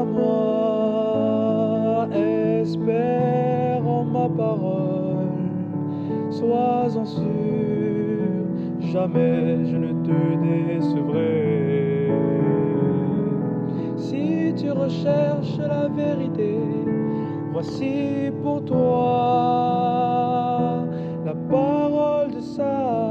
à moi, espère en ma parole, sois-en sûr, jamais je ne te décevrai. Si tu recherches la vérité, voici pour toi la parole de ça.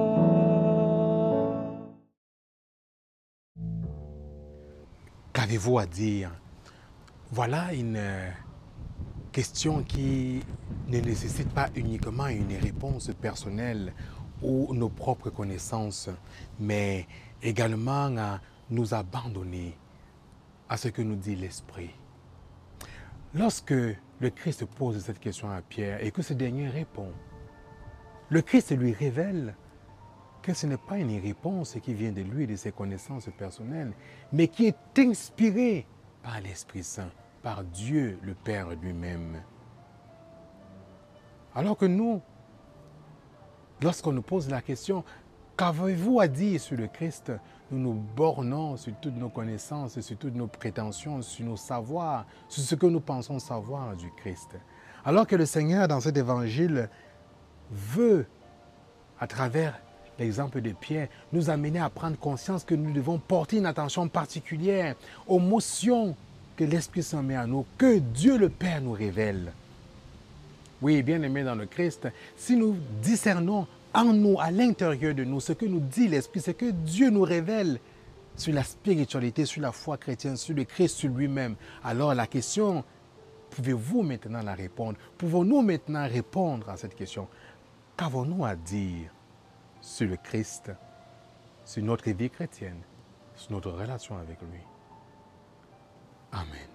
Qu'avez-vous à dire? Voilà une question qui ne nécessite pas uniquement une réponse personnelle ou nos propres connaissances, mais également à nous abandonner à ce que nous dit l'Esprit. Lorsque le Christ pose cette question à Pierre et que ce dernier répond, le Christ lui révèle que ce n'est pas une réponse qui vient de lui et de ses connaissances personnelles, mais qui est inspirée par l'Esprit Saint, par Dieu le Père lui-même. Alors que nous, lorsqu'on nous pose la question, qu'avez-vous à dire sur le Christ? Nous nous bornons sur toutes nos connaissances, sur toutes nos prétentions, sur nos savoirs, sur ce que nous pensons savoir du Christ. Alors que le Seigneur, dans cet évangile, veut, à travers l'exemple de Pierre, nous amener à prendre conscience que nous devons porter une attention particulière aux motions que l'Esprit Saint met à nous, que Dieu le Père nous révèle. Oui, bien-aimés dans le Christ, si nous discernons en nous, à l'intérieur de nous, ce que nous dit l'Esprit, ce que Dieu nous révèle sur la spiritualité, sur la foi chrétienne, sur le Christ, sur lui-même, alors la question, pouvez-vous maintenant la répondre? Pouvons-nous maintenant répondre à cette question? Qu'avons-nous à dire sur le Christ, sur notre vie chrétienne, sur notre relation avec lui? Amen.